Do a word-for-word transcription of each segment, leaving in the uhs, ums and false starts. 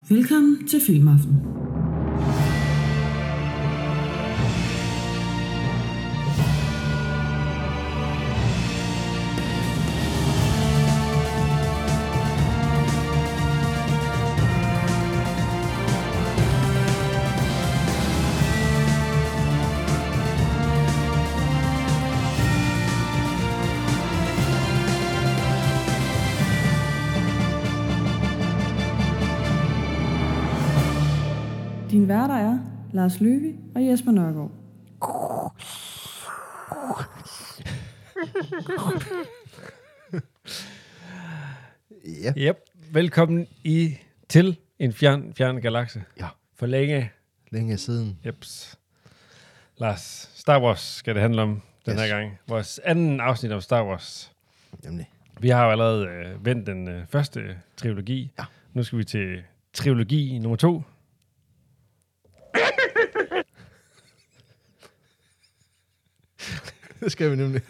Velkommen til Filmaften. Din værter er Lars Løve og Jesper Nørgaard. Yep. Yep. Velkommen i til en fjern, fjern galakse. Ja. For længe. Længe siden. Jeps. Lars, Star Wars skal det handle om den Yes. her gang. Vores anden afsnit om Star Wars. Nemlig. Vi har jo allerede øh, vendt den øh, første trilogi. Ja. Nu skal vi til trilogi nummer to. Det skal vi nemlig.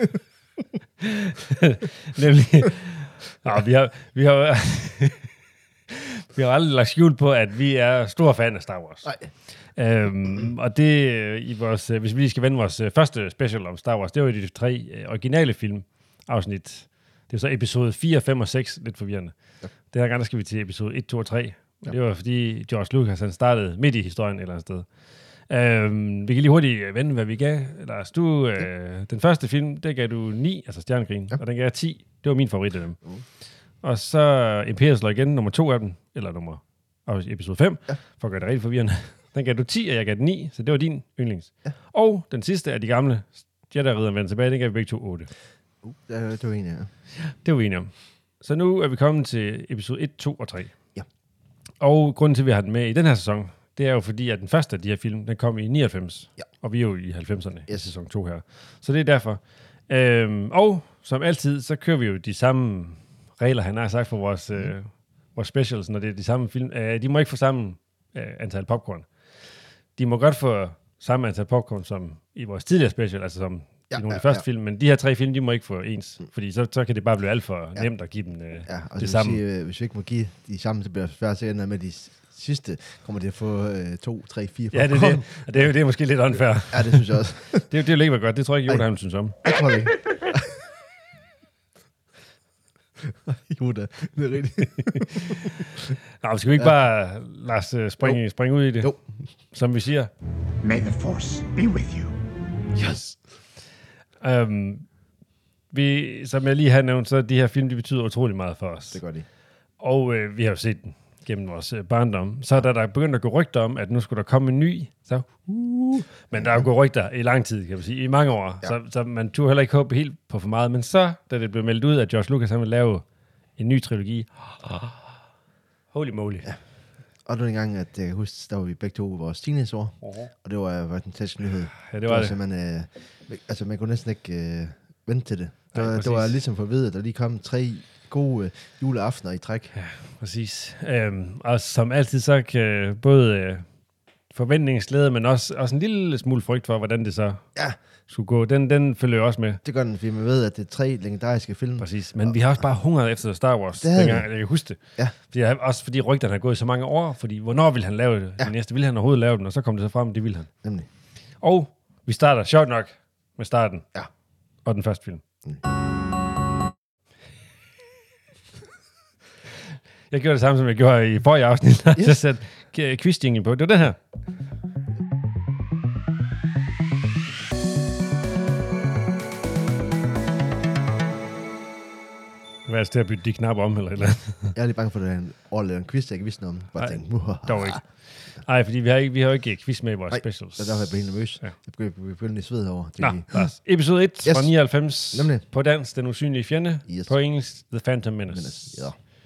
Nemlig. Nå, vi har, vi har, vi har aldrig lagt skjul på, at vi er store fan af Star Wars. Nej. Øhm, og det øh, i vores, øh, hvis vi lige skal vende vores øh, første special om Star Wars, det var jo de tre øh, originale film afsnit. Det er så episode fire, fem og seks, lidt forvirrende. Ja. Den her gang der skal vi til episode et, to og tre. Ja. Det var fordi George Lucas han startede midt i historien et eller andet sted. Øhm, vi kan lige hurtigt vende, hvad vi gav. Lars, du, øh, ja. Den første film, der gav du ni, altså Stjernekrigen, ja. Og den gav jeg ti. Det var min favorit af dem. Uh. Og så Imperiet slår igen, nummer to af dem, eller nummer episode fem, ja. For at gøre det rigtig forvirrende. Den gav du ti, og jeg gav den ni, så det var din yndlings. Ja. Og den sidste af de gamle Jedi-riddere vendte tilbage, den gav vi begge to otte. Uh, det var en, ja. Det var vi enige om. Så nu er vi kommet til episode et, to og tre. Ja. Og grunden til, at vi har den med i den her sæson, det er jo fordi, at den første af de her film, den kom i nioghalvfems. Ja. Og vi er jo i halvfemserne yes. i sæson to her. Så det er derfor. Øhm, og som altid, så kører vi jo de samme regler, han har sagt for vores, mm. øh, vores specials, når det er de samme film. Øh, de må ikke få samme øh, antal popcorn. De må godt få samme antal popcorn som i vores tidligere special, altså som ja, i nogle af de første ja. film, men de her tre film, de må ikke få ens, mm. fordi så, så kan det bare blive alt for ja. nemt at give dem øh, ja, og det samme. Sige, øh, hvis vi ikke må give de samme, så bliver det svært at med de sidste, kommer det at få øh, to, tre, fire popcorn. Ja, det er det. Og det er, det er måske lidt unfair. Ja, det synes jeg også. det, det er jo ikke godt. Det tror jeg ikke, Yoda han synes om. Jeg tror det ikke. Yoda, det er rigtigt. Nå, skal vi ikke bare lade os springe, springe ud i det? Jo. Som vi siger. May the force be with you. Yes. Um, vi, som jeg lige har nævnt, så de her film, de betyder utrolig meget for os. Det gør de. Og øh, vi har jo set den gennem vores øh, barndom. Så er der, der begyndt at gå rygter om, at nu skulle der komme en ny. Så, uh, men der er jo gået rygter i lang tid, kan man sige, i mange år. Ja. Så, så man turde heller ikke håbe helt på for meget. Men så, da det blev meldt ud, at George Lucas han ville lave en ny trilogi. Oh, holy moly. Ja. Og det var en gang, at jeg kan huske, der var vi begge to vores teenageår. Uh-huh. Og det var, var en tæsk nyhed. Ja, det var det. det. Man, øh, altså, man kunne næsten ikke øh, vente til det. Det, Nej, var, det var ligesom for at vide, at der lige kom tre gode øh, juleaftener i træk. Ja, præcis. Øhm, og som altid, så kan både øh, forventningsglæde, men også, også en lille smule frygt for, hvordan det så ja. skulle gå. Den, den følger jo også med. Det gør den, fordi man ved, at det er tre legendariske film. Præcis, men og, vi har også bare hungret efter Star Wars, dengang jeg kan huske det. Ja. Fordi, også fordi rygterne har gået så mange år, fordi hvornår vil han lave det? Ja. Den næste, vil han overhovedet lave den? Og så kom det så frem, det vil han. Nemlig. Og vi starter sjovt nok med starten. Ja. Og den første film. Mm. Jeg gjorde det samme, som jeg gjorde i forrige afsnit. Yes. Jeg satte quiz-jingle på. Det var den her. Hvad er det til at bytte de knapper om, eller et eller andet? Jeg er lidt bange for, at det er en overlavet en quiz, jeg ikke vidste noget om. Bare tænkte, dog ikke. Nej, fordi vi har ikke, vi har jo ikke quiz med i vores Ej, specials. Så der var jeg helt nervøs. Ja. Jeg begyndte, begyndte i sved over. Nå, Lars. Episode et yes. fra nioghalvfems. Nemlig. På dansk, Den usynlige fjende. Yes. På engelsk, The Phantom Menace. Menace. Ja.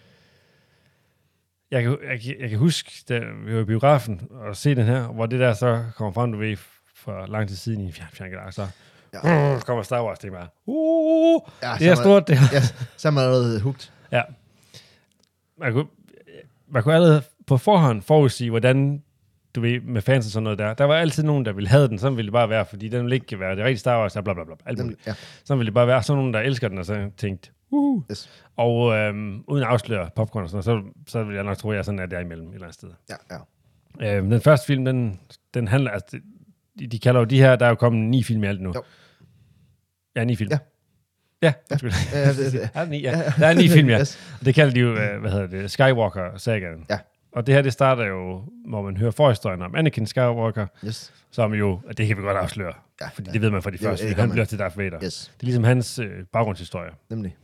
Jeg kan, jeg, jeg kan huske, da vi var i biografen og se den her, hvor det der så kommer frem, du ved, for lang tid siden i en fjern, fjern så ja. uh, kommer Star Wars, det er bare, uh, ja, det er stort, det her. Ja, så er man allerede hugt. Ja. Man kunne, man kunne allerede på forhånd forudsige, hvordan du ved, med fans og sådan noget der. Der var altid nogen, der ville have den. Sådan ville det bare være, fordi den ville ikke være det rigtige Star Wars, bla bla bla, alt muligt. Ja. Sådan ville det bare være. Sådan nogen, der elsker den, og så tænkte, uh. Yes. Og øhm, uden at afsløre popcorn og sådan noget, så, så vil jeg nok tro, at jeg sådan er der imellem et eller andet sted. Ja, ja. Øhm, den første film, den, den handler, altså, de, de kalder jo de her, der er jo kommet ni film i alt nu. Jo. Ja, ni film. Ja. Ja, undskyld. Ja, ja, ja. Der er ni, ja. Der er ni film, ja. Yes. Det kalder de jo, hvad hedder det, Skywalker-sagaen. Ja. Og det her, det starter jo, hvor man hører forhistorien om Anakin Skywalker, yes. som jo, og det kan vi godt afsløre, ja, fordi ja. det ved man fra de første, det, han bliver til Darth Vader. Yes. Det er ligesom hans øh, baggrundshistorie. Nemlig.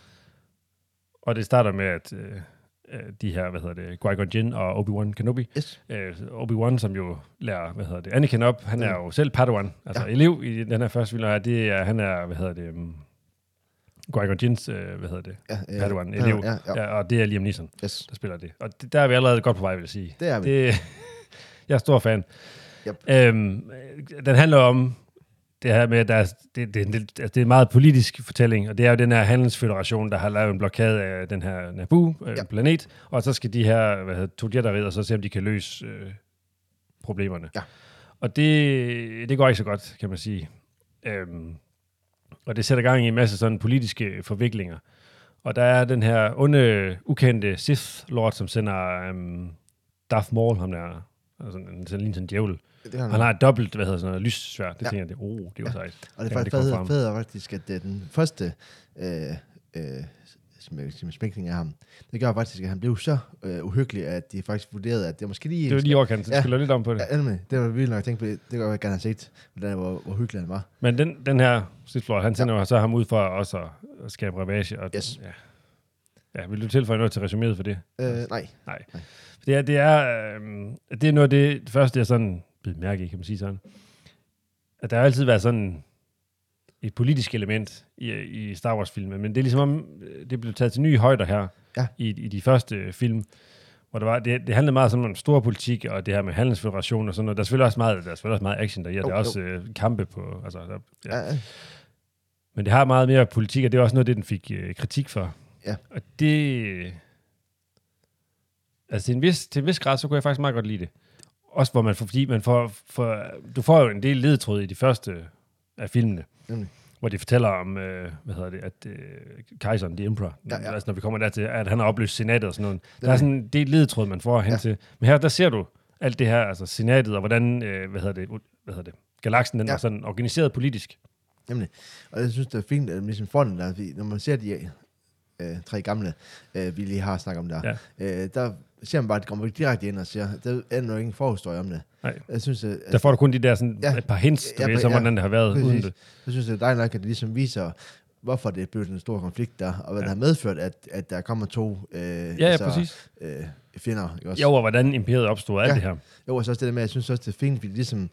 Og det starter med, at øh, de her, hvad hedder det, Qui-Gon Jinn og Obi-Wan Kenobi. Yes. Øh, Obi-Wan, som jo lærer, hvad hedder det, Anakin op, han er jo selv Padawan, altså ja. elev i den her første film, og det er, han er, hvad hedder det, um, Qui-Gon Jinns, øh, hvad hedder det, ja, ja, Padawan, elev, ja, ja. Ja, og det er Liam Neeson, yes. der spiller det. Og det, der er vi allerede godt på vej, vil jeg sige. Det er vi. Det, jeg er stor fan. Yep. Øhm, den handler om det her med, at der er, det, det, det, det er en meget politisk fortælling, og det er jo den her handelsføderation, der har lavet en blokade af den her Naboo, øh, yep. planet, og så skal de her, hvad hedder, to jetterider, så se, om de kan løse øh, problemerne. Ja. Og det, det går ikke så godt, kan man sige. Øhm, og det sætter gang i en masse sådan politiske forviklinger. Og der er den her onde, ukendte Sith-lord, som sender um, Darth Maul, ham der, altså en, sådan en sådan djævel. Han har et dobbelt, hvad hedder sådan noget, lyssværd. Det ja. tænker jeg, oh, det er jo sejt. Og det er faktisk fedt, fedt faktisk, at det den første øh, øh, smækning af ham, det gør faktisk, at han blev så øh, uhyggelig, at de faktisk vurderede, at det måske lige... Det var lige overkanten, så ja. skulle lidt om på det. Ja, det var vildt nok at tænke på det. Det kan jeg gerne have set, hvordan, hvor, hvor hyggelig han var. Men den, den her Sith-lord, han sender ja. så ham ud for også at, at skabe ravage. Og, yes. ja. ja, vil du tilføje noget til resuméet for det? Øh, nej. Nej. nej. Det er, det er, øh, det er noget af det, det første, jeg sådan blevet mærke i, kan man sige sådan. At der har altid været sådan et politisk element i, i Star Wars-filmen, men det er ligesom om, det blev taget til nye højder her ja. i, i de første film, hvor der var, det, det handlede meget om stor politik, og det her med handelsfederation og sådan noget. Der er selvfølgelig også meget, der er selvfølgelig også meget action der, ja. Der er også øh, kampe på, altså, der, ja. Ja, ja. Men det har meget mere politik, og det er også noget, det den fik øh, kritik for. Ja. Og det, altså til en vis, til en vis grad, så kunne jeg faktisk meget godt lide det. Også hvor man får, fordi man får, for, du får jo en del ledetråd i de første af filmene, mm. hvor de fortæller om, øh, hvad hedder det, at øh, kejseren, the emperor, ja, ja. Altså, når vi kommer dertil, at han har opløst senatet og sådan noget. Det der er sådan en del ledetråd, man får hen ja. til. Men her, der ser du alt det her, altså senatet, og hvordan, øh, hvad hedder det, hvad hedder det, galaksen, den ja. er sådan organiseret politisk. Jamen, og jeg synes, det er fint, at man ligesom får den der, når man ser de øh, tre gamle, øh, vi lige har snakket om der, ja. øh, der ser man bare, at det kommer direkte ind og siger, der er jo ingen forhistorie om det. Nej. Jeg synes, at, der får du kun de der sådan ja, et par hints, du ja, ved, som ja, hvordan det har været præcis. Uden det. Jeg synes, det er dejligt nok, at det ligesom viser, hvorfor det er blevet en stor konflikt der, og hvad ja. det har medført, at, at der kommer to øh, ja, ja, altså, præcis. Øh, fjender. Ikke også? Jo, og hvordan imperiet opstod af ja. det her. Jo, og så også det der med, jeg synes også, det er fint, fordi ligesom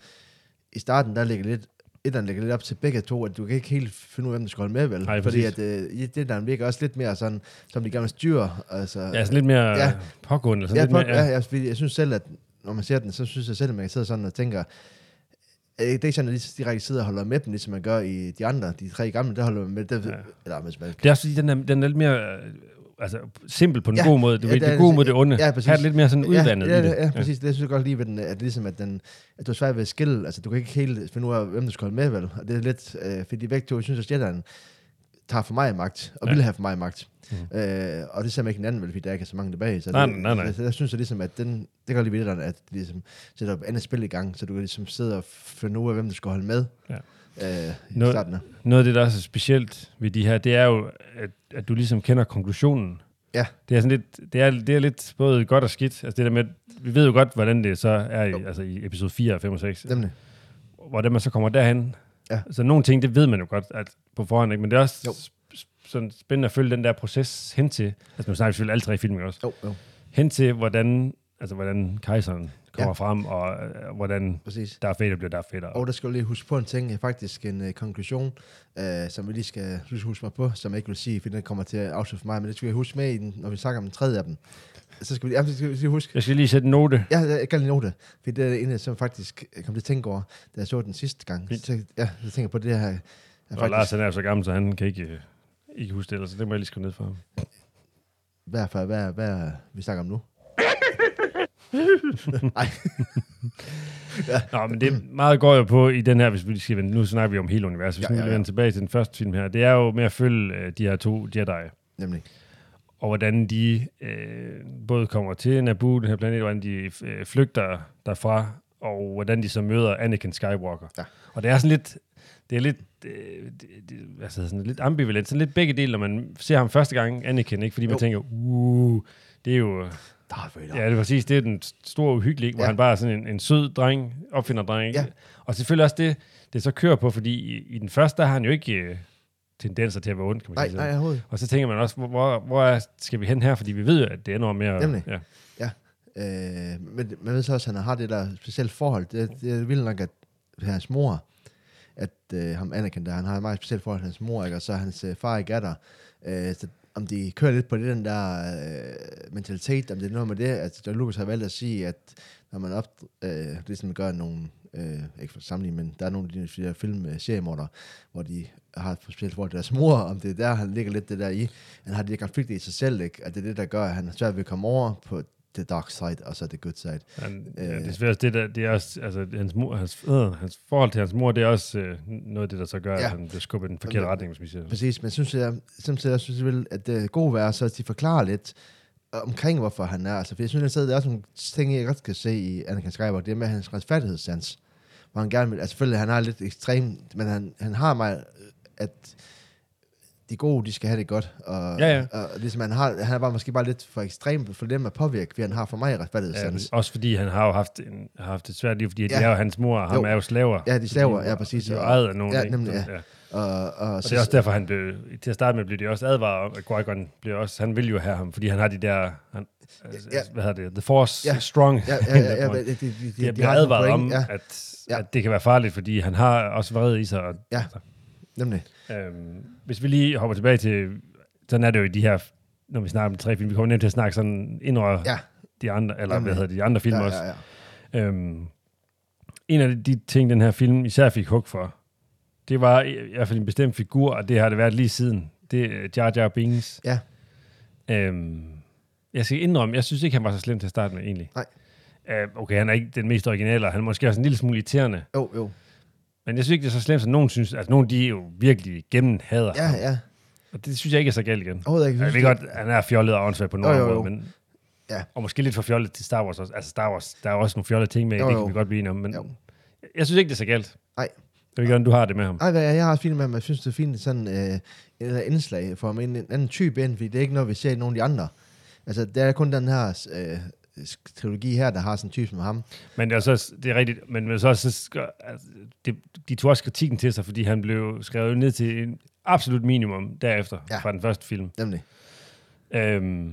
i starten, der ligger lidt etteren ligger lidt op til begge to, at du kan ikke helt finde ud af, hvem du skal holde med, vel? Nej, fordi at, øh, det der virker også lidt mere sådan, som de gerne styrer. Altså, ja, sådan lidt mere ja, pågående. Ja, lidt på, mere, ja. Ja, jeg, jeg synes selv, at når man ser den, så synes jeg selv, at man kan sidde sådan og tænker, det er ikke sådan, at de direkte sidder og holder med dem, ligesom man gør i de andre, de tre gamle, der holder man med. Det, ja. eller, hvis man, det er også fordi, den er, den er lidt mere altså, simpel på den ja, gode måde. Du ja, ved, det gode mod det onde. Ja, præcis. Her er det lidt mere sådan udvandet. Ja, ja, ja, ja, ja, præcis. Det synes jeg godt lige ved den, at, ligesom, at, den, at du er svært ved at skille. Altså, du kan ikke helt finde ud af, hvem du skal holde med, vel? Og det er lidt, øh, fordi begge to, jeg synes, at Jedi'en tager for mig magt, og ja. vil have for mig magt. Mm. Øh, og det ser man ikke en anden, vel, fordi der ikke er så mange tilbage. Så nej, det, nej, nej. Så jeg synes jeg ligesom, at den, det gør lige ved at det ligesom sætter op andet spil i gang, så du kan ligesom sidde og finde ud af, hvem du skal holde med. Ja. Øh, i noget, starten af. Noget af det, der er så specielt ved de her, det er jo, at, at du ligesom kender konklusionen. Ja. Det er sådan lidt, det er, det er lidt både godt og skidt. Altså det der med, vi ved jo godt, hvordan det så er i, altså i episode fire, fem og seks. Nemlig. Hvordan man så kommer derhen. Ja. Altså nogle ting, det ved man jo godt at på forhånd, ikke? Men det er også sp- sådan spændende at følge den der proces hen til. Altså nu snakker vi selvfølgelig alle tre film også. Jo, jo. Hen til, hvordan, altså, hvordan kejseren kommer ja. frem, og uh, hvordan præcis. der er fedt, bliver der fedt. Og der skal du lige huske på en ting, faktisk en uh, konklusion, uh, som vi lige skal huske mig på, som jeg ikke vil sige, fordi den kommer til at afslutte for mig, men det skal jeg huske med, i den, når vi snakker om den tredje af dem. Så skal vi, ja, skal vi lige huske. Jeg skal lige sætte en note. Ja, jeg kan lige note, for det er en, som faktisk kom til at tænke over, da jeg så den sidste gang. Så, ja, jeg tænker på det her. Og faktisk, Lars han er så gammel, så han kan ikke, ikke huske det, så det må jeg lige skrive ned for ham. Hvad er, hvad, hvad, hvad er vi snakker om nu? Nej. ja. Nå, men det meget går jo på i den her, hvis vi skal vende, nu snakker vi om hele universet, hvis ja, ja, ja. vi vender tilbage til den første film her, det er jo med at følge uh, de her to Jedi. Nemlig. Og hvordan de øh, både kommer til Naboo, den her planet, hvordan de øh, flygter derfra, og hvordan de så møder Anakin Skywalker. Ja. Og det er sådan lidt, det er lidt, øh, det, det, altså sådan lidt ambivalent, sådan lidt begge dele, når man ser ham første gang, Anakin, ikke? Fordi jo. man tænker, uh, det er jo... Ja, det er præcis, det er den store uhyggelige, hvor ja. han bare er sådan en, en sød dreng, opfinder dreng. Ja. Og selvfølgelig også det, det så kører på, fordi i, i den første, der har han jo ikke... Øh, tendenser til at være ondt, kan man nej, sige. Nej, nej, og så tænker man også, hvor, hvor er, skal vi hen her? Fordi vi ved jo, at det ender mere... Nemlig. Ja. ja. Øh, men man ved så også, at han har det der specielle forhold. Det, det er vildt nok, at hans mor, at øh, ham Anakin, der han har et meget specielt forhold til hans mor, ikke? Og så hans øh, far ikke er der. Øh, så om de kører lidt på det, den der øh, mentalitet, om det er noget med det, at George Lucas har valgt at sige, at når man op, øh, ligesom gør nogle, øh, ikke for sammenligning, men der er nogle af de der film øh, seriemorder, hvor de har et specielt forhold til deres mor, om det er der, han ligger lidt det der i. Han har de konflikter i sig selv, ikke? At det er det, der gør, at han er svært ved at komme over på the dark side, og så the good side. Han, øh, ja, det er svært, det, der, det er også, altså, hans, mor, hans, øh, hans forhold til hans mor, det er også øh, noget af det, der så gør, ja. at han bliver skubbet i den forkerte retning, hvis vi siger. Præcis, men synes jeg, synes jeg, synes jeg at det er god være, så at de forklarer lidt omkring, hvorfor han er. Altså, for jeg synes, at det er også nogle ting, jeg godt kan se i Anakin Skywalker, det er med hans retfærdighedssans, hvor han gerne vil, altså selvfølgelig, han har lidt ekstrem, men han, han har mig, at de gode, de skal have det godt, og, ja, ja. og, og ligesom han har, han er bare måske bare lidt for ekstrem for dem at påvirke, fordi han har for mig retfærdighedssans. Ja, også fordi han har jo haft, en, haft et svært liv, fordi ja. de er jo hans mor, og ham er jo slaver. Ja, de slaver, ja, præcis. De er jo ejet af nogen. Ja, nemlig, ja. ja. Og, og, og det er også derfor, han blev, til at starte med, blev de også advaret om, at Qui-Gon blev også, han vil jo have ham, fordi han har de der, han, ja. hvad hedder det, the force ja. strong. Ja, ja, ja, ja, de, de, de, de, de bliver advaret om, ja. at, ja. at det kan være farligt, fordi han har også vrede i sig. Og, ja, nemlig. Øhm, hvis vi lige hopper tilbage til, sådan er det jo i de her, når vi snakker om de tre film, vi kommer nemt til at snakke sådan ind over ja. de andre, eller hvad hedder de andre film ja, også. Ja, ja. Øhm, en af de ting, den her film især fik hug for, det var i, i hvert fald en bestemt figur, og det har det været lige siden. Det er Jar Jar Binks. Ja. Øhm, jeg skal indrømme, jeg synes ikke, han var så slem til at starte med, egentlig. Nej. Øh, okay, han er ikke den mest originale, og han er måske også en lille smule irriterende. Jo, jo. Men jeg synes ikke, det er så slemt, som nogen synes. Altså, nogen, de er jo virkelig gennemhader ja, ham. Ja, og det synes jeg ikke er så galt igen. Overhovedet ikke. Jeg ved godt, han er fjollet og åndssvagt på nogle måde, men... Ja. Og måske lidt for fjollet til Star Wars også. Altså, Star Wars, der er også nogle fjollede ting med, jo, det jo. kan vi godt blive enige om, men... Jo. Jeg synes ikke, det er så galt. Nej. Jeg ved godt, du har det med ham. Nej, jeg har også fint med ham. Jeg synes, det er fint sådan øh, et indslag for ham. En, en anden type ind, fordi det er ikke noget, vi ser i nogle af de andre. Altså, det er kun den her... Øh, trilogi her, der har sådan en type som ham. Men det er, så, det er rigtigt, men så, så altså, det, de tog også kritikken til sig, fordi han blev skrevet ned til en absolut minimum derefter, ja. fra den første film. Nemlig. Øhm,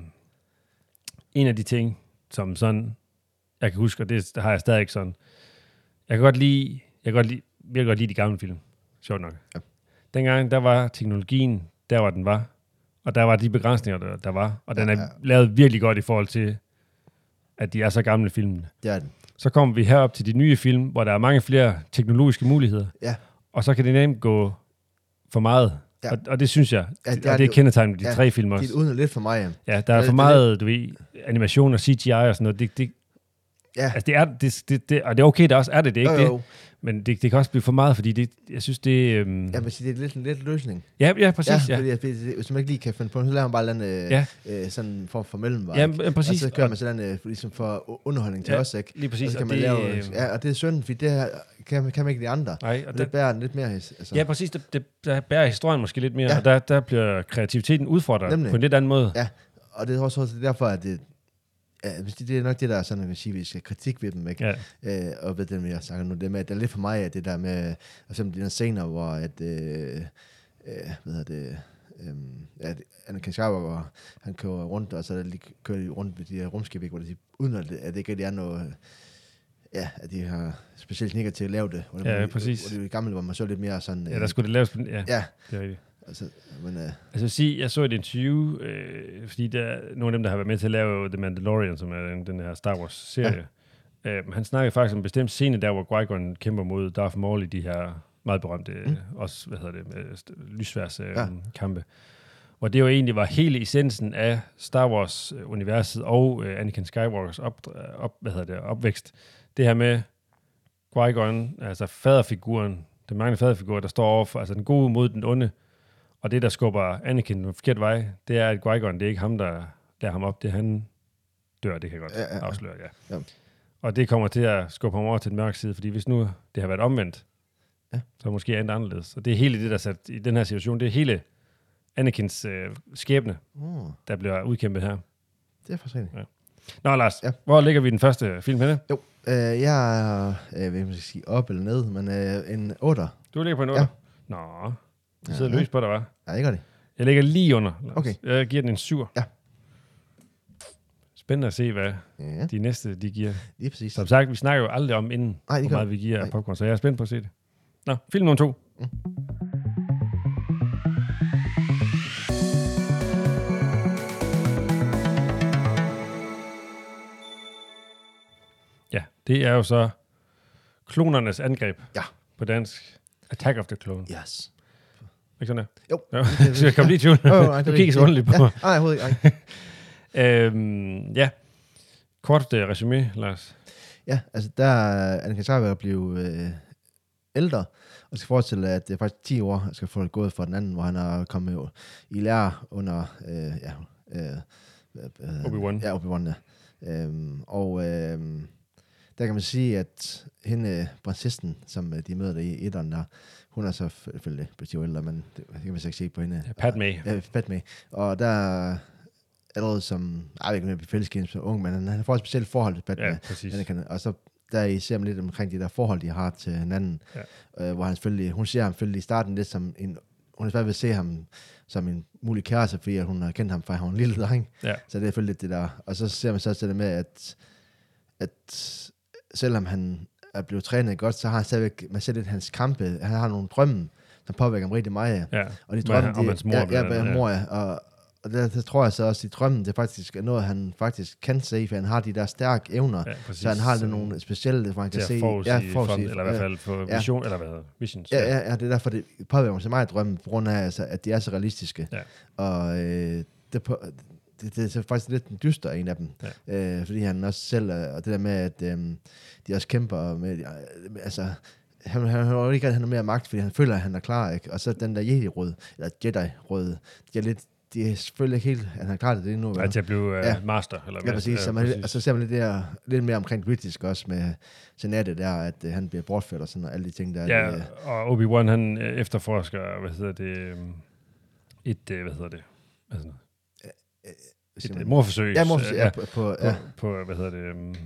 en af de ting, som sådan, jeg kan huske, og det har jeg stadig ikke sådan, jeg kan godt lide, jeg kan godt lide, jeg kan godt lide de gamle film, sjovt nok. Ja. Dengang, der var teknologien, der hvor den var, og der var de begrænsninger, der, der var, og den ja, ja. er lavet virkelig godt i forhold til at de er så gamle filmene. Det er den. Så kommer vi herop til de nye film, hvor der er mange flere teknologiske muligheder. Ja. Og så kan det nemt gå for meget. Ja. Og, og det synes jeg, ja, det er, og det er kendetegnet de ja, tre film også. Det er uden lidt for mig. Ja, der er for meget, du ved, animation og C G I og sådan noget. Det, det, ja. Altså det er, det, det, det, og det er okay, der også er det, det er ikke jo, jo. det. Men det, det kan også blive for meget, fordi det, jeg synes, det... Øhm... Ja, men det er lidt en let løsning. Ja, ja, præcis. Ja, ja. Fordi, hvis man ikke lige kan finde på, så laver man bare en øh, ja. øh, sådan form for mellemvej. Ja, ja, præcis. Og så kører man sådan øh, ligesom for underholdning til ja, os, ikke? Lige præcis. Og så kan og man det, lave, ja, og det er synd, fordi det her kan, kan man ikke de andre. Nej, og, og det, det bærer lidt mere. Altså. Ja, præcis. Det, det, der bærer historien måske lidt mere, ja. og der, der bliver kreativiteten udfordret Nemlig. på en lidt anden måde. Ja, og det er også derfor, at det... Ja, det er nok det, der er sådan, at vi siger, at vi skal kritik ved dem, ikke? Ja. Øh, og ved dem, jeg snakker nu, det, med, det er lidt for mig, at det der med, for eksempel de der scener, hvor, at, øh, øh, hvad hedder det, øh, ja, Anakin Skywalker, han kører rundt, og så lige kører de rundt ved de her rumskib, hvor de, uden at det, at det ikke er noget, ja, at de har specielt knikker til at lave det. Hvor ja, det, præcis. Hvor det gamle, hvor man så lidt mere sådan... Ja, der skulle det laves, ja, ja. Det er rigtigt. Altså, men, uh... altså sige, jeg så et interview, øh, fordi der er nogle af dem, der har været med til at lave The Mandalorian, som er den, den her Star Wars-serie. Ja. Øh, han snakkede faktisk om en bestemt scene, der hvor Qui-Gon kæmper mod Darth Maul i de her meget berømte, mm. også, hvad hedder det, lysværs-kampe. Øh, ja. Hvor det jo egentlig var hele essensen af Star Wars-universet og øh, Anakin Skywalkers op, op, hvad hedder det, opvækst. Det her med, Qui-Gon, altså faderfiguren, den mange faderfigur, der står overfor, altså den gode mod den onde, og det, der skubber Anakin den forkerte vej, det er, at Qui-Gon, det er ikke ham, der lærer ham op, det er han dør, det kan jeg godt ja, ja, ja. afsløre, ja. ja. Og det kommer til at skubbe ham over til den mørke side, fordi hvis nu det har været omvendt, ja. så er måske andet anderledes. Og det er hele det, der er sat i den her situation, det er hele Anakins øh, skæbne, mm. der bliver udkæmpet her. Det er faktisk rigtigt. Ja. Nå, Lars, ja. hvor ligger vi den første film henne? Jo, øh, jeg er, øh, hvad skal sige, op eller ned, men øh, en otter. Du ligger på en otter? Ja. Nå, du sidder ja, løs på dig, hva'? Ja, jeg gør det. Jeg ligger lige under, Lars. Okay. Jeg giver den en syv. Ja. Spændende at se, hvad ja. de næste, de giver. Lige præcis. Som sagt, vi snakker jo aldrig om inden, Nej, hvor meget vi giver af popcorn, så jeg er spændt på at se det. Nå, film nummer to. Mm. Ja, det er jo så klonernes angreb. Ja. På dansk. Attack of the Clone. Yes. Ikke sådan der? Jo. Ja. Så jeg kom lige i tvivl. Oh, nej, du kigger så underligt på ja. mig. Nej, overhovedet ikke. øhm, ja. Kort uh, resume, Lars. Ja, altså der er Anakin Skywalker blevet øh, ældre, og skal forestille, at det er faktisk ti år, skal få det gået for den anden, hvor han er kommet i lære under øh, ja, øh, øh, Obi-Wan. Ja, Obi-Wan, ja. Øhm, og øh, der kan man sige, at hende, prinsessen, som de møder der i etteren der, hun er så selvfølgelig betyder ældre, men det kan man så ikke se på hende. Ja, Padme. Ja, Padme. Og der allerede som, jeg ved ikke, om jeg bliver fælleskendt som ung, men han, han får et specielt forhold til Padme. Ja, præcis. Og så der I ser man lidt omkring de der forhold, de har til hinanden, ja. øh, hvor han selvfølgelig, hun ser ham selvfølgelig i starten lidt som en, hun er svært ved at se ham som en mulig kæreste, fordi hun har kendt ham fra, han var en lille dreng. Ja. Så det er selvfølgelig lidt det der. Og så ser man så til det med, at, at selvom han er blevet trænet godt, så har han stadigvæk, man ser lidt hans kampe, han har nogle drømme, som påvirker ham rigtig meget. Ja. Og de drømme, om hans mor. Ja, ja, ja, mor, ja. Og, og det, det tror jeg så også, i drømmen, det er faktisk noget, han faktisk kan se, for han har de der stærke evner, ja, så han har det nogle specielle, hvor han kan se. Ja, forudsige, eller i hvert fald få ja. vision, eller hvad visions. Ja, ja, ja, det er derfor, det påvirker mig så meget drømmen, på grund af, altså, at de er så realistiske. Ja. Og øh, det, på, det, det er faktisk lidt en dyster en af dem, ja. øh, fordi han også selv, og det der med, at øh, de også kæmper med, øh, altså, han har ikke han har mere magt, fordi han føler, at han er klar, ikke? Og så den der Jedi-råd, eller Jedi-råd, de er lidt, de er selvfølgelig ikke helt, han har klaret det nu. Ja, til at blive uh, ja. master. Eller ja, præcis. Så, man, og så ser man lidt, der, lidt mere omkring British også med senatet der, at uh, han bliver bortført og sådan, og alle de ting der. Ja, det, og Obi-Wan, han efterforsker, hvad hedder det, et, hvad hedder det, hvad hedder det? Et, et morforsøg. Ja, morforsøg, ja, på, på, ja. på, på, hvad hedder det, um,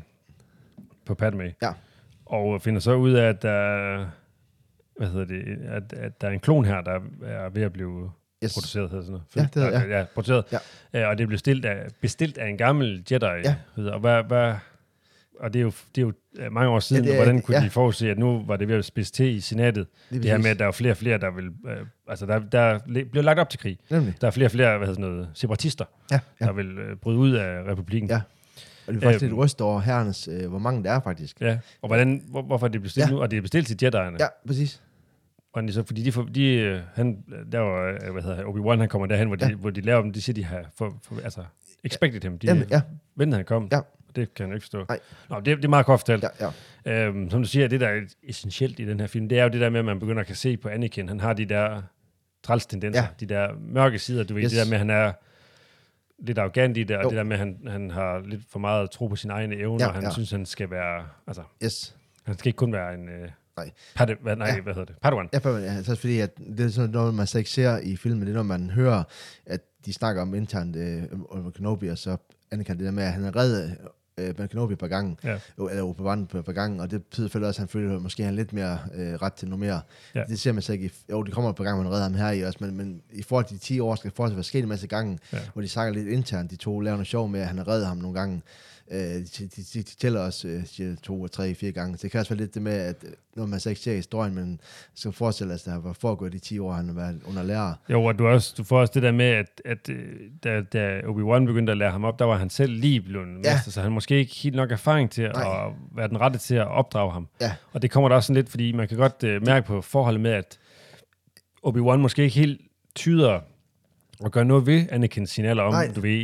på Padme. Ja. Og finder så ud af, at der, hvad hedder det, at, at der er en klon her, der er ved at blive yes. produceret, hedder sådan noget. Ja, det hedder, ja. ja, produceret. Ja. Og det blev bestilt af, bestilt af en gammel Jedi. Ja. Og, hvad, hvad, og det er, jo, det er jo mange år siden, ja, er, hvordan kunne ja. de forudse, at nu var det ved at spidse til i senatet. Lige det her med, at der er flere og flere, der vil, øh, altså der, der bliver lagt op til krig. Nemlig. Der er flere og flere, hvad hedder sådan noget, separatister, ja, ja. der vil øh, bryde ud af republikken. Ja. Og det er faktisk æm, lidt ryst over herrenes, øh, hvor mange der er faktisk. Ja, og hvordan, hvor, hvorfor er det bestilt ja. nu? Og det er bestilt til Jedi'erne. Ja, præcis. Og så, fordi de, for, de han, der var, hvad hedder Obi-Wan, han kommer derhen, hvor de, ja. hvor de laver dem, de siger, de har, for, for, altså, expected him. De Jamen, ja. ventede, han kom. Ja. Det kan jeg ikke forstå. Nej. Nå, det, det er meget kort fortalt. Ja, ja. Øhm, som du siger, det der er essentielt i den her film, det er jo det der med, at man begynder at kan se på Anakin. Han har de der trælstendenser, ja. de der mørke sider, du ved, yes. det der med, at han er lidt arrogant i det, og jo. det der med, at han, han har lidt for meget tro på sine egne evner, ja, og han ja. synes, han skal være, altså, yes. han skal ikke kun være en... Øh, Nej. Pad, hvad, nej, ja. hvad hedder det? Padawan. Ja, Padawan, ja. Så fordi, at det er sådan noget, man så ikke ser i filmen, det er når man hører, at de snakker om internt om uh, Kenobi, og så Anakin, det der med, at han er reddet uh, Kenobi på gangen, ja. eller Obi-Wan på, på gangen, og det betyder selvfølgelig også, at han føler, at måske han lidt mere uh, ret til noget mere. Ja. Det ser man så ikke i, jo, det kommer på gang, man redder ham her i også, men, men i forhold til de ti år, skal fortsat være sket en masse gange, ja. hvor de snakker lidt internt, de to laver noget sjov med, at han har reddet ham nogle gange. Uh, de, de, de, de tæller også uh, to, tre, fire gange. Så det kan også være lidt det med, at når man så ikke ser historien, men så forestiller sig, at der var foregået de ti år, han har været under lærer. Jo, og du, også, du får også det der med, at, at da, da Obi-Wan begyndte at lære ham op, der var han selv lige blevet ja. mester, så han måske ikke helt nok erfaring til Nej. at være den rette til at opdrage ham. Ja. Og det kommer der også sådan lidt, fordi man kan godt uh, mærke på forholdet med, at Obi-Wan måske ikke helt tyder at gøre noget ved Anakins signaler om, Nej. du ved,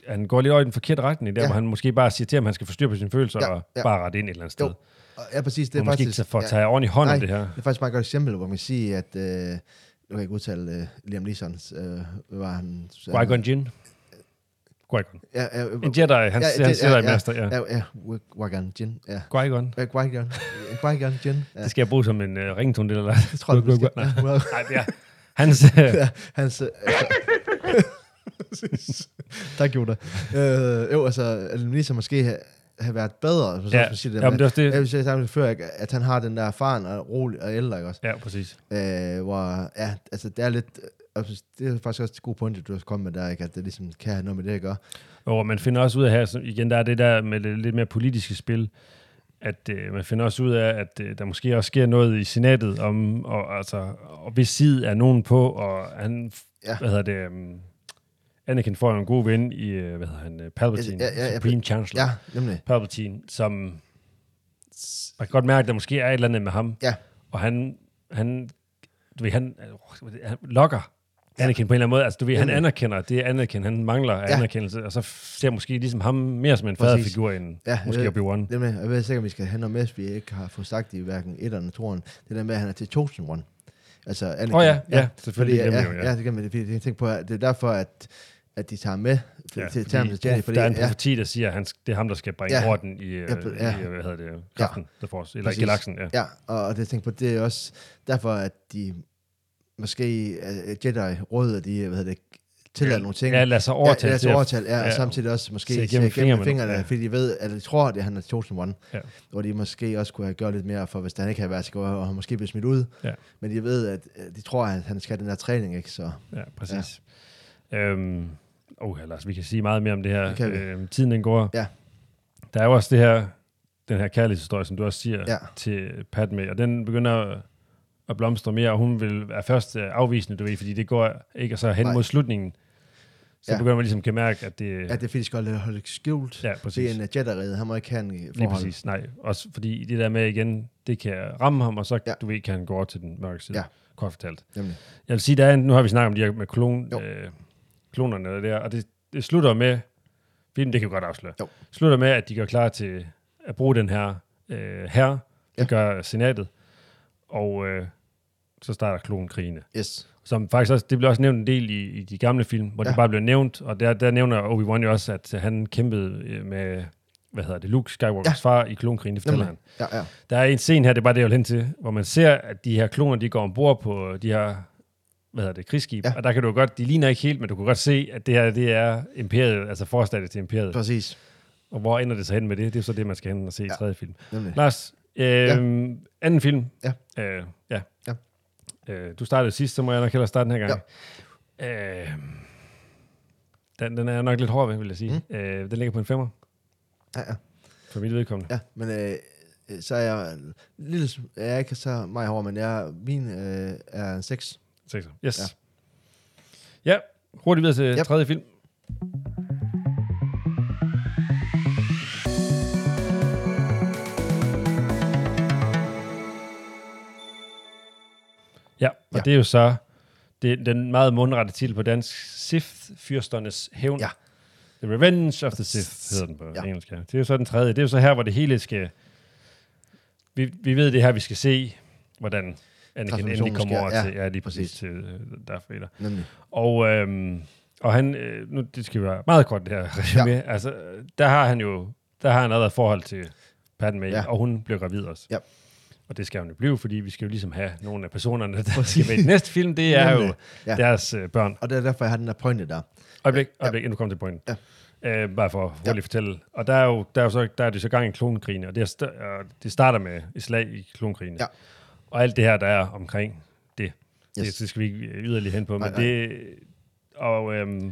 han går lidt over i den forkerte retning, der Ja. hvor han måske bare siger til ham, at han skal forstyrre på sine følelser, Ja, og ja. bare rette ind et eller andet sted. Jo. Og, ja, præcis. Det Det er er måske faktisk... ikke for at ja, tage ordentligt hånd om nej, det her. det er faktisk et meget godt eksempel, hvor man kan sige, at... Øh, nu kan jeg ikke udtale øh, Liam Neesons... Øh, hvad var han? Qui-Gon Jinn. Qui-Gon. Ja, ja, øh, En Jedi, han, ja, han det- sætter ja, i mester, ja. Ja, ja, Qui-Gon Jinn, ja. Qui-Gon. Ja, Qui-Gon. Qui-Gon Jinn, ja. Det skal jeg bruge som en uh, ringtone, det eller Det tror jeg, du skal. Nej, Ja, well. Nej, det er hans... Uh, Ja, hans... Øh, tak, Joda. Øh, jo, altså, Liam Neeson måske have, have været bedre, hvis Ja, man siger det. ja, men det er også det. Jeg vil sige sammen før, ikke, at han har den der erfaren og rolig og ældre, ikke også? ja, præcis. Øh, hvor, ja, altså, det er lidt... Altså, det er faktisk også et god point, du har kommet med der, ikke? At det ligesom kan have noget med det at gøre. Og man finder også ud af her, så igen, der er det der med det lidt mere politiske spil, at øh, man finder også ud af, at øh, der måske også sker noget i senatet om, og, altså, og hvis side er nogen på, og han, Ja. ja. hvad hedder det, um, Anakin får jo en god ven i, øh, hvad hedder han, øh, Palpatine, Ja, ja, ja, Supreme Chancellor, Ja, nemlig. Palpatine, som, man kan godt mærke, at der måske er et eller andet med ham, Ja. og han, han, du ved, han, han lokker Anakin på en eller anden måde. Altså, du ved, han Nemlig. anerkender, det er Anakin, han mangler Ja. anerkendelse, og så ser måske ligesom ham mere som en Præcis. faderfigur end Ja, måske jeg ved- Obi-Wan. Nemlig, jeg ved sikkert, at vi skal have noget med, hvis vi ikke har fået sagt det i hverken et eller toeren. Det der med, at han er til chosen one. Altså, Anakin. Åh ja, ja, selvfølgelig, Fordi, det ja, glemmer jeg jo, ja. ja. det kan man. Det, jeg tænker på, at det er derfor, at, at de tager med Ja, til, fordi til ham til Jedi. Fordi, der er en ja, profeti, der siger, at han, det er ham, der skal bringe Ja. orden i, øh, Ja, ja. i, hvad hedder det, kraften, The Force, eller Præcis. i galaksen. Ja. ja, og, og det jeg tænker på, det er også derfor, at de måske uh, Jedi-rådet, de, hvad hedder det, tillader nogle ting. Ja, lad sig overtale Ja, lad til sig at- overtale, ja, og ja, samtidig også måske se se igennem igennem fingrene med fingrene, nogle- ja. fordi de ved, at de tror, at det er han er chosen one. Ja. Hvor de måske også kunne have gjort lidt mere for, hvis han ikke havde været så god, og han måske blev smidt ud. Ja. Men de ved, at øh, de tror, at han skal have den der træning, ikke? Så Ja, præcis. Ja. Øhm, oh, Lars, vi kan sige meget mere om det her. Det kan vi. Øhm, tiden den går. Ja. Der er jo også det her, den her kærlighedshistorie, som du også siger, Ja. til Padme, og den begynder at blomstre mere, og hun vil være først øh, afvisende, du ved, fordi det går ikke, og så hen Nej. mod slutningen, så Ja. begynder man ligesom kan mærke, at det... ja, det er fordi, de skal holde, holde det skjult. Ja, Det er præcis. en uh, Jedi-rede, han må ikke have en Lige forhold. præcis, nej. Også fordi det der med igen, det kan ramme ham, og så, Ja. du ved, kan han gå over til den mørke side. Ja. Kort fortalt. Nemlig. Jeg vil sige, der er en, nu har vi snakket om de her med klon, Jo. øh, klonerne og, der, og det, det slutter med, filmen, det kan vi godt afsløre, Jo. slutter med, at de gør klar til at bruge den her øh, herre, det Ja. gør senatet, og øh, så starter klonkrigene. Yes. Som faktisk også, det blev også nævnt en del i, i de gamle film, hvor ja. Ja. det bare blev nævnt, og der, der nævner Obi-Wan jo også, at han kæmpede øh, med, hvad hedder det, Luke Skywalkers ja. far i klonkrigen, det fortæller Nemlig. han. Ja, ja. Der er en scene her, det er bare det, jeg vil hen til, hvor man ser, at de her kloner, de går ombord på de her, hvad hedder det, krigsskib, ja. Ja. og der kan du godt, de ligner ikke helt, men du kan godt se, at det her, det er imperiet, altså forstadiet til imperiet. Præcis. Og hvor ender det så hen med det? Det er så det, man skal hen og se ja. i tredje film. Nemlig. Lars, øh, ja. anden film. Ja. Øh, ja. Ja. Øh, du startede sidst, så må jeg nok hellere starte den her gang. Ja. Øh, den, den er nok lidt hård ved, vil jeg sige. Mm. Øh, den ligger på en femmer, Ja, ja. for mit vedkommende. Ja, men øh, øh, så er jeg en lille, sm- jeg er ikke så meget hård, men jeg, min øh, er en seks. Sekser. Yes. Ja. ja, hurtigt videre til Yep. tredje film. Ja, og Ja. det er jo så det, den meget mundrette titel på dansk, Sith-fyrsternes hævn. Ja. The Revenge of the Sith hedder den på Ja. engelsk. Ja. Det er jo så den tredje. Det er jo så her, hvor det hele skal... Vi, vi ved det her, vi skal se, hvordan Anakin endelig Transformationen kommer over sker, ja, til, ja, lige præcis, præcis. til uh, Darth Vader. Nemlig. Og, øhm, og han, øh, nu det skal være meget kort det her resume, ja. Altså, der har han jo, der har han allerede forhold til Padme, ja. Ja. og hun bliver gravid også. Ja. Og det skal hun jo blive, fordi vi skal jo ligesom have nogle af personerne, der skal med i den næste film, det er jo Nemlig. ja. Ja. deres øh, børn. Og det er derfor, jeg har den der pointe der. Øjeblik, øjeblik, ja. nu kommer til pointen. Ja. Øh, bare for at hurtigt Ja. fortælle. Og der er jo, der er jo så, der er det så gang i klonkrigene, og det, er st- og det starter med et slag i klonkrigene. Ja. Og alt det her, der er omkring det, yes. Yes. det, det skal vi ikke yderligere hen på, Nej, men nej. det... Og øhm,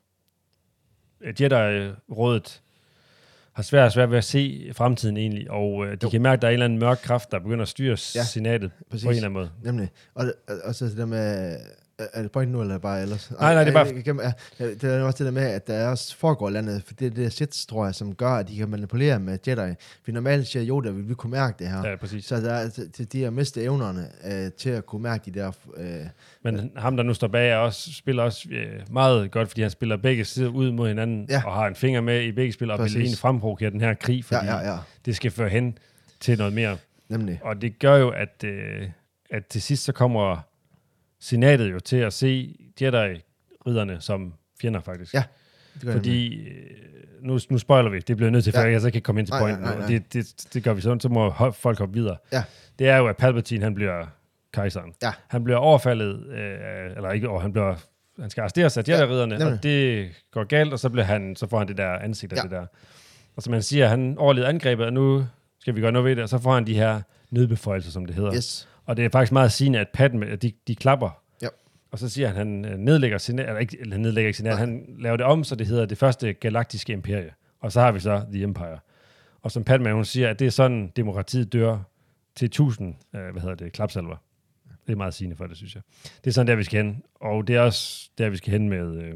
Jedi-rådet har svært svært ved at se fremtiden egentlig, og øh, de Jo. kan mærke, at der er en eller anden mørk kraft, der begynder at styre Ja, senatet præcis. på en eller anden måde. Nemlig. Og, og, og så det der med, Er det point nu, eller bare ellers? Nej, nej, det er bare... Jeg, jeg, jeg, det er også det der med, at der også foregår landet, for det er det Sith, tror jeg, som gør, at de kan manipulere med Jedi. For normalt siger Yoda, vil vi kunne mærke det her. Ja, præcis. Så der, de, de har mistet evnerne øh, til at kunne mærke de der... Øh, Men ham, der nu står bag, er også, spiller også øh, meget godt, fordi han spiller begge sider ud mod hinanden, ja. og har en finger med i begge spil, og vil egentlig fremprovokere den her krig, fordi ja, ja, ja. det skal føre hen til noget mere. Nemlig. Og det gør jo, at, øh, at til sidst så kommer senatet jo til at se Jedi-ridderne som fjender, faktisk. Ja, det gør fordi, øh, nu, nu spoiler vi, det bliver nødt til, for ja. jeg så kan komme ind til pointen. Nej, nej, nej. Det, det, det gør vi sådan, så må folk hoppe videre. Ja. Det er jo, at Palpatine, han bliver kejseren. Ja. Han bliver overfaldet, øh, eller ikke over, han bliver, han skal arresteres af Jedi-ridderne, ja, og det går galt, og så, bliver han, så får han det der ansigt af ja. det der. Og som man siger, han overlevede angrebet, og nu skal vi gøre noget ved det, og så får han de her nødbeføjelser, som det hedder. Yes. Og det er faktisk meget sigende, at Padme, at de, de klapper. Ja. Og så siger han, han nedlægger senat, eller ikke, eller han nedlægger ikke senat, han laver det om, så det hedder det første galaktiske imperie. Og så har vi så The Empire. Og som Padme, hun siger, at det er sådan, demokratiet dør til tusind, øh, hvad hedder det, klapsalver. Det er meget sigende for det, synes jeg. Det er sådan, der vi skal hen. Og det er også der, vi skal hen med, øh,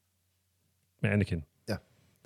med Anakin. Ja.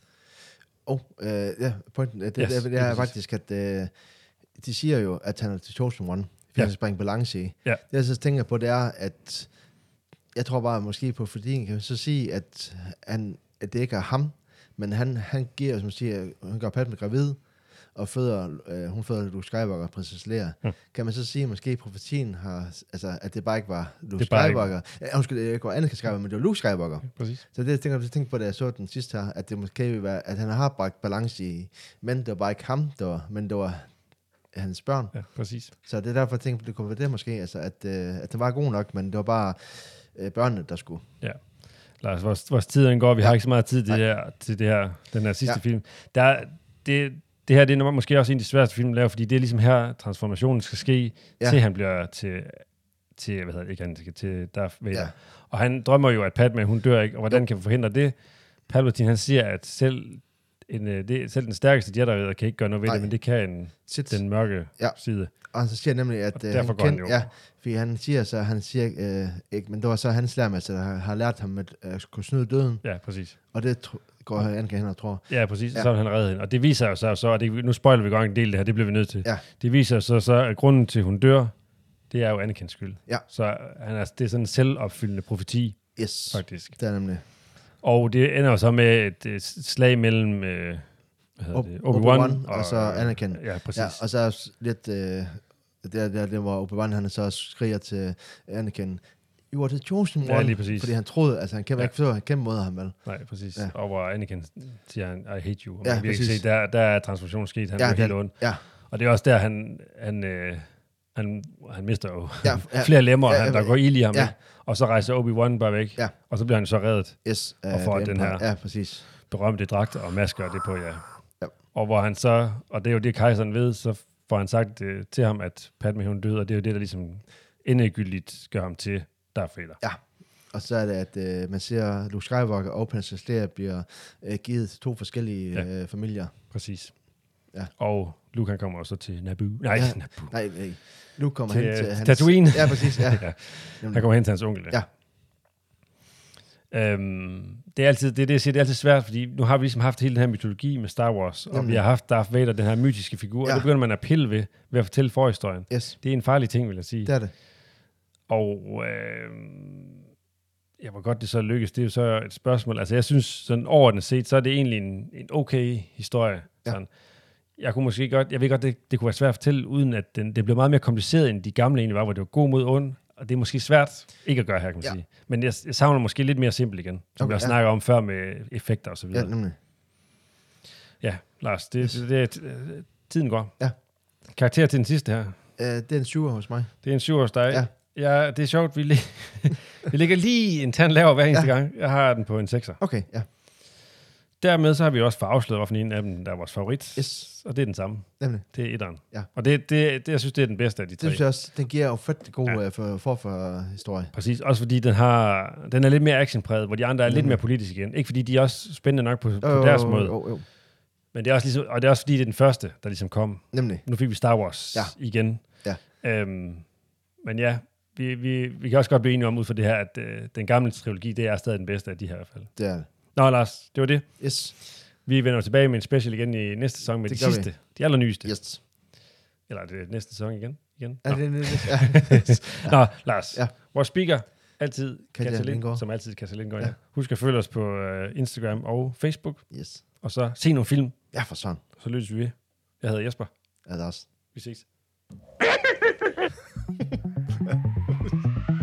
Og, øh, ja, pointen, det, yes, det, det, det er faktisk, at øh, de siger jo, at han er the chosen one, for ja. han springe balance i. Ja. Det, jeg så tænker på, det er, at jeg tror bare, måske på fordi kan man så sige, at, han, at det ikke er ham, men han, han giver, som siger, han gør Padme gravid, og føder, øh, hun føder Luke Skywalker og prinsesse Leia. Hmm. Kan man så sige, at måske profetien har, altså, at det bare ikke var Luke Skywalker. Ja, undskyld, det ikke var Anakin Skywalker, men det var Luke Skywalker. Ja, præcis. Så det, jeg tænker, jeg tænkte på, da jeg så den sidste her, at det måske vil være, at han har bragt balance i, men det var bare ikke ham, der var, men det var hans børn. Ja, præcis. Så det er derfor, jeg tænkte, det kunne være det måske, altså, at, øh, at det var god nok, men det var bare øh, børnene, der skulle. Ja. Lars, vores, vores tid går, vi ja. har ikke så meget tid til, det her, til det her, den her sidste ja. film. Der, det, det her, det er måske også en af de sværeste film at lave, fordi det er ligesom her, transformationen skal ske, ja. til han bliver til, til hvad hedder det, ikke han, til Darth Vader. Ja. Og han drømmer jo, at Padme, hun dør ikke, og hvordan jo. kan vi forhindre det? Palpatine, han siger, at selv, en, det, selv den stærkeste Jedi-ridder kan ikke gøre noget ved Nej. det, men det kan en, den mørke ja. side. Og så siger han nemlig, at... Og derfor går han jo. Ja, fordi han siger så, han siger øh, ikke, men det var så hans lærermester, der har, har lært ham at øh, kunne snyde døden. Ja, præcis. Og det tr- går han hen og tror. Ja, præcis. Ja. Så han reddet hende. Og det viser jo så, så og det, nu spoiler vi godt en del af det her, det bliver vi nødt til. Ja. Det viser så, så at grunden til, at hun dør, det er jo Anakins skyld. Ja. Så han er, det er sådan en selvopfyldende profeti, yes. faktisk. Det er nemlig. Og det ender jo så med et, et slag mellem øh, hvad hedder det? Obi-Wan og, og så Anakin. Ja, præcis. Ja, og så lidt... Øh, Det er der, det var Obi-Wan, han så skriger til Anakin, you are the chosen one. Ja, lige præcis. Fordi han troede, altså han kæmper ja. ikke forstå, han kæmper mod ham, vel? Nej, præcis. Ja. Ja. Og hvor Anakin siger, han, I hate you. Og ja, man kan se, der, der er transformation sket, han ja, bliver helt ond. Ja. Og det er også der, han, han, øh, han, han mister jo ja, ja, flere lemmer, ja, han, der går ild i ham. Ja. Og så rejser Obi-Wan bare væk. Ja. Og så bliver han så reddet. Yes, uh, og får den her ja, præcis. berømte dragt og masker det på, ja. ja. Og hvor han så, og det er jo det, kejseren ved, så får han sagt øh, til ham, at Padme hun døde, og det er jo det, der ligesom endegyldigt gør ham til Darth Vader. Ja, og så er det, at øh, man ser Luke Skywalker og prinsesse Leia bliver øh, givet til to forskellige ja. øh, familier. Præcis. Ja. Og Luke han kommer også til Naboo. Nej, ja. Naboo. Nej, nej. Luke kommer til, hen til hans... Tatooine. Ja, præcis, ja. ja. Han kommer hen til hans onkel. Ja. Øhm, det er altid det, det, jeg siger, det er altid svært, fordi nu har vi ligesom haft hele den her mytologi med Star Wars, og Jamen. vi har haft Darth Vader, den her mytiske figur, ja. og det begynder man at pille ved, ved at fortælle forhistorien. Yes. Det er en farlig ting, vil jeg sige. Det er det. Og øh, ja, hvor godt det så lykkes, det er jo så et spørgsmål. Altså jeg synes, sådan overordnet set, så er det egentlig en, en okay historie. Ja. Sådan. Jeg kunne måske godt, jeg ved godt, det, det kunne være svært at fortælle, uden at den, det blev meget mere kompliceret, end de gamle egentlig var, hvor det var god mod ond. Og det er måske svært ikke at gøre her, kan man ja. sige. Men jeg, jeg savner måske lidt mere simpelt igen, som okay, jeg ja. snakker om før med effekter og så videre. Ja, nemlig. Ja, Lars, det, yes. det, det, det, tiden går. Ja. Karakter til den sidste her. Uh, det er en syver hos mig. Det er en syver hos dig. Ja. Ja, det er sjovt, vi, lig- vi ligger lige en tand lavere hver eneste ja. gang. Jeg har den på en sekser. Okay, ja. Dermed så har vi også fået afsløret, hvorfor en af dem der er vores favorit. Yes. Og det er den samme. Nemlig. Det er etteren. Ja. Og det, det, det, jeg synes, det er den bedste af de tre. Det synes jeg også, den giver jo fedt god ja. uh, for, for, for historie. Præcis. Også fordi den har, den er lidt mere actionpræget, hvor de andre er mm. lidt mere politiske igen. Ikke fordi de er også spændende nok på, på oh, deres måde. Oh, oh. Men det er også ligesom, og det er også fordi, det er den første, der ligesom kom. Nemlig. Nu fik vi Star Wars ja. igen. Ja. Øhm, men ja, vi, vi, vi kan også godt blive enige om ud for det her, at øh, den gamle trilogi, det er stadig den bedste af de her i hvert fald. Det er det. Nå, Lars, det var det. Yes. Vi vender tilbage med en special igen i næste sæson med Det de gør sidste, de allernyeste. Yes. Eller er det næste sæson igen? igen? Er Nå. det, det, det, ja. Nå, Lars. Ja. Vores speaker, altid Katja Katja Lindgaard. Lind, som altid Katja Lindgaard, ja. Ja. Husk at følge os på uh, Instagram og Facebook, Yes. og så se nogle film, Ja, for sådan. så lyttes vi ved. Jeg hedder Jesper. Ja, det er også. Vi ses.